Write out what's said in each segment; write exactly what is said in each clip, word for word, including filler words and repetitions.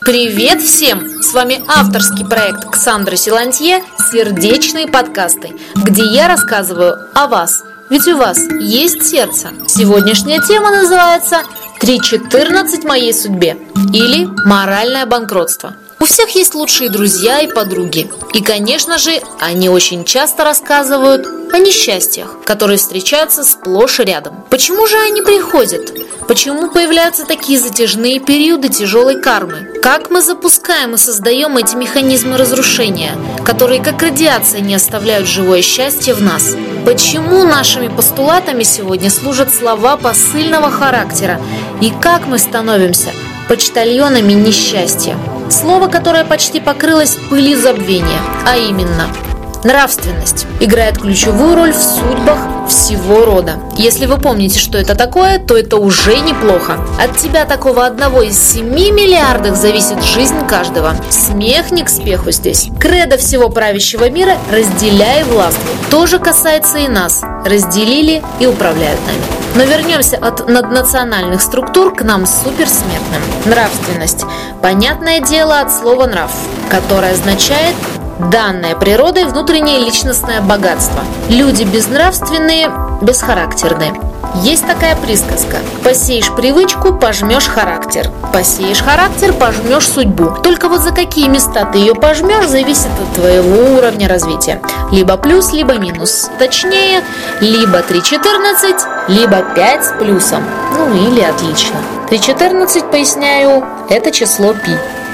Привет всем! С вами авторский проект Ксандры Силантье «Сердечные подкасты», где я рассказываю о вас, ведь у вас есть сердце. Сегодняшняя тема называется «три четырнадцать моей судьбе» или «Моральное банкротство». У всех есть лучшие друзья и подруги. И, конечно же, они очень часто рассказывают о несчастьях, которые встречаются сплошь и рядом. Почему же они приходят? Почему появляются такие затяжные периоды тяжелой кармы? Как мы запускаем и создаем эти механизмы разрушения, которые как радиация не оставляют живое счастье в нас? Почему нашими постулатами сегодня служат слова посыльного характера? И как мы становимся почтальонами несчастья? Слово, которое почти покрылось пылью забвения, а именно нравственность, играет ключевую роль в судьбах всего рода. Если вы помните, что это такое, то это уже неплохо. От тебя, такого одного из семи миллиардов, зависит жизнь каждого. Смех не к спеху здесь. Кредо всего правящего мира – разделяй и властвуй. Тоже касается и нас. Разделили и управляют нами. Но вернемся от наднациональных структур к нам суперсмертным. Нравственность. Понятное дело от слова «нрав», которое означает данное природой внутреннее личностное богатство. Люди безнравственные, бесхарактерные. Есть такая присказка: посеешь привычку, пожмешь характер. Посеешь характер, пожмешь судьбу. Только вот за какие места ты ее пожмешь, зависит от твоего уровня развития. Либо плюс, либо минус. Точнее, либо три четырнадцать, либо пять с плюсом. Ну или отлично. три четырнадцать, поясняю, это число пи.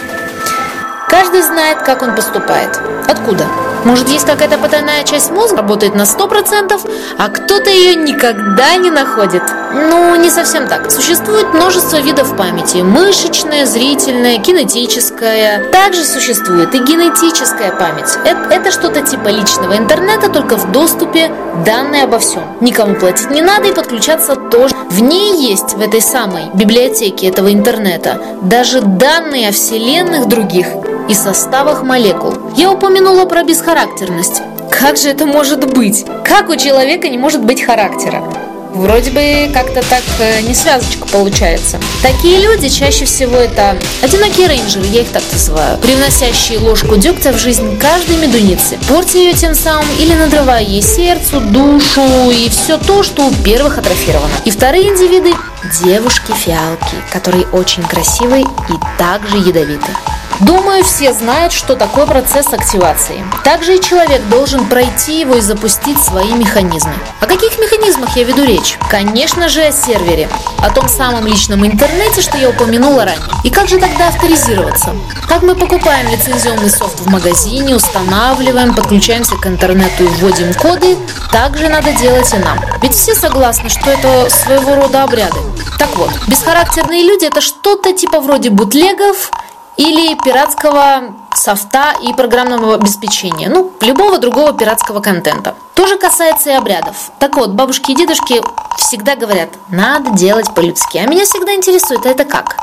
Каждый знает, как он поступает. Откуда? Может, есть какая-то потайная часть мозга, работает на сто процентов, а кто-то ее никогда не находит? Ну, не совсем так. Существует множество видов памяти. Мышечная, зрительная, кинетическая. Также существует и генетическая память. Это, это что-то типа личного интернета, только в доступе данные обо всем. Никому платить не надо и подключаться тоже. В ней есть, в этой самой библиотеке этого интернета, даже данные о вселенных других и составах молекул. Я упомянула про бесхарактерность. Как же это может быть? Как у человека не может быть характера? Вроде бы как-то так не связочка получается. Такие люди чаще всего это одинокие рейнджеры, я их так называю, привносящие ложку дегтя в жизнь каждой медуницы, портя ее тем самым или надрывая ей сердцу, душу и все то, что у первых атрофировано. И вторые индивиды – девушки-фиалки, которые очень красивые и также ядовиты. Думаю, все знают, что такое процесс активации. Также и человек должен пройти его и запустить свои механизмы. О каких механизмах я веду речь? Конечно же, о сервере. О том самом личном интернете, что я упомянула ранее. И как же тогда авторизироваться? Как мы покупаем лицензионный софт в магазине, устанавливаем, подключаемся к интернету и вводим коды, так же надо делать и нам. Ведь все согласны, что это своего рода обряды. Так вот, бесхарактерные люди – это что-то типа вроде бутлегов, или пиратского софта и программного обеспечения, ну, любого другого пиратского контента. Тоже касается и обрядов. Так вот, бабушки и дедушки всегда говорят: надо делать по-людски. А меня всегда интересует, а это как?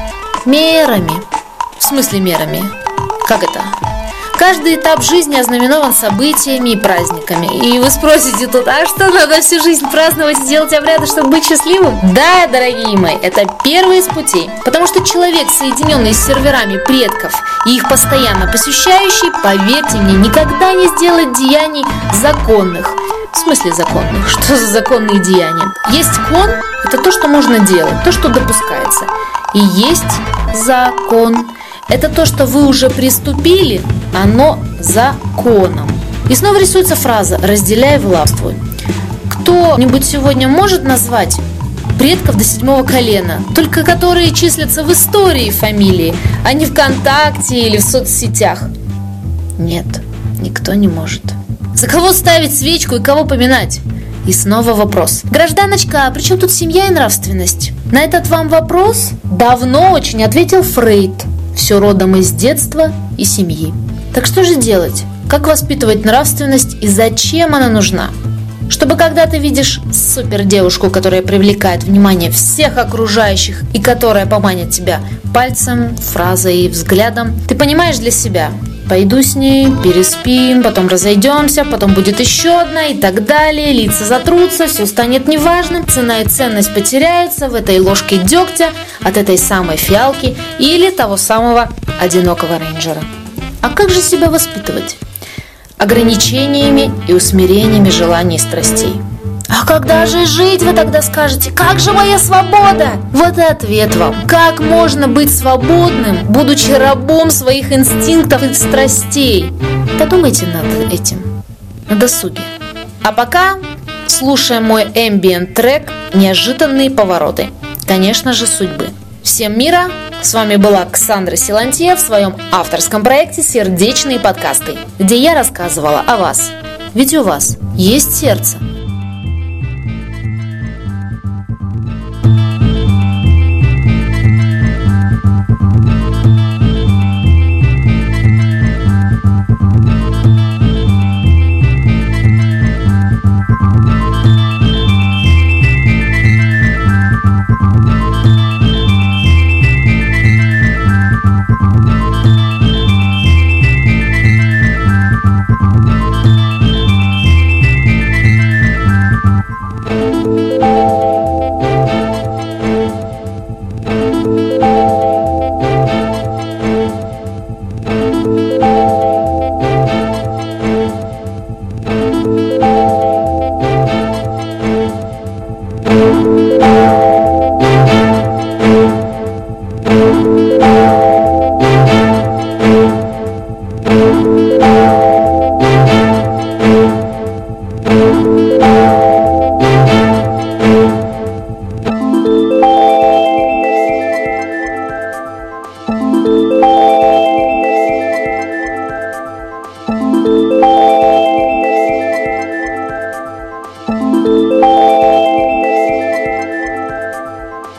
Мерами. В смысле мерами? Как это? Каждый этап жизни ознаменован событиями и праздниками. И вы спросите тут: а что, надо всю жизнь праздновать и делать обряды, чтобы быть счастливым? Да, дорогие мои, это первый из путей. Потому что человек, соединенный с серверами предков и их постоянно посещающий, поверьте мне, никогда не сделает деяний законных. В смысле законных? Что за законные деяния? Есть кон – это то, что можно делать, то, что допускается. И есть закон. Это то, что вы уже приступили, оно законом. И снова рисуется фраза «разделяй и властвуй». Кто-нибудь сегодня может назвать предков до седьмого колена, только которые числятся в истории фамилии, а не ВКонтакте или в соцсетях? Нет, никто не может. За кого ставить свечку и кого поминать? И снова вопрос: гражданочка, а при чем тут семья и нравственность? На этот вам вопрос давно очень ответил Фрейд. Все родом из детства и семьи. Так что же делать? Как воспитывать нравственность и зачем она нужна? Чтобы когда ты видишь супердевушку, которая привлекает внимание всех окружающих и которая поманит тебя пальцем, фразой и взглядом, ты понимаешь для себя: пойду с ней, переспим, потом разойдемся, потом будет еще одна и так далее, лица затрутся, все станет неважным, цена и ценность потеряются в этой ложке дегтя от этой самой фиалки или того самого одинокого рейнджера. А как же себя воспитывать? Ограничениями и усмирениями желаний и страстей. А когда же жить, вы тогда скажете? Как же моя свобода? Вот и ответ вам. Как можно быть свободным, будучи рабом своих инстинктов и страстей? Подумайте над этим на досуге. А пока слушаем мой ambient трек «Неожиданные повороты». Конечно же, судьбы. Всем мира! С вами была Ксандра Силантье в своем авторском проекте «Сердечные подкасты», где я рассказывала о вас. Ведь у вас есть сердце.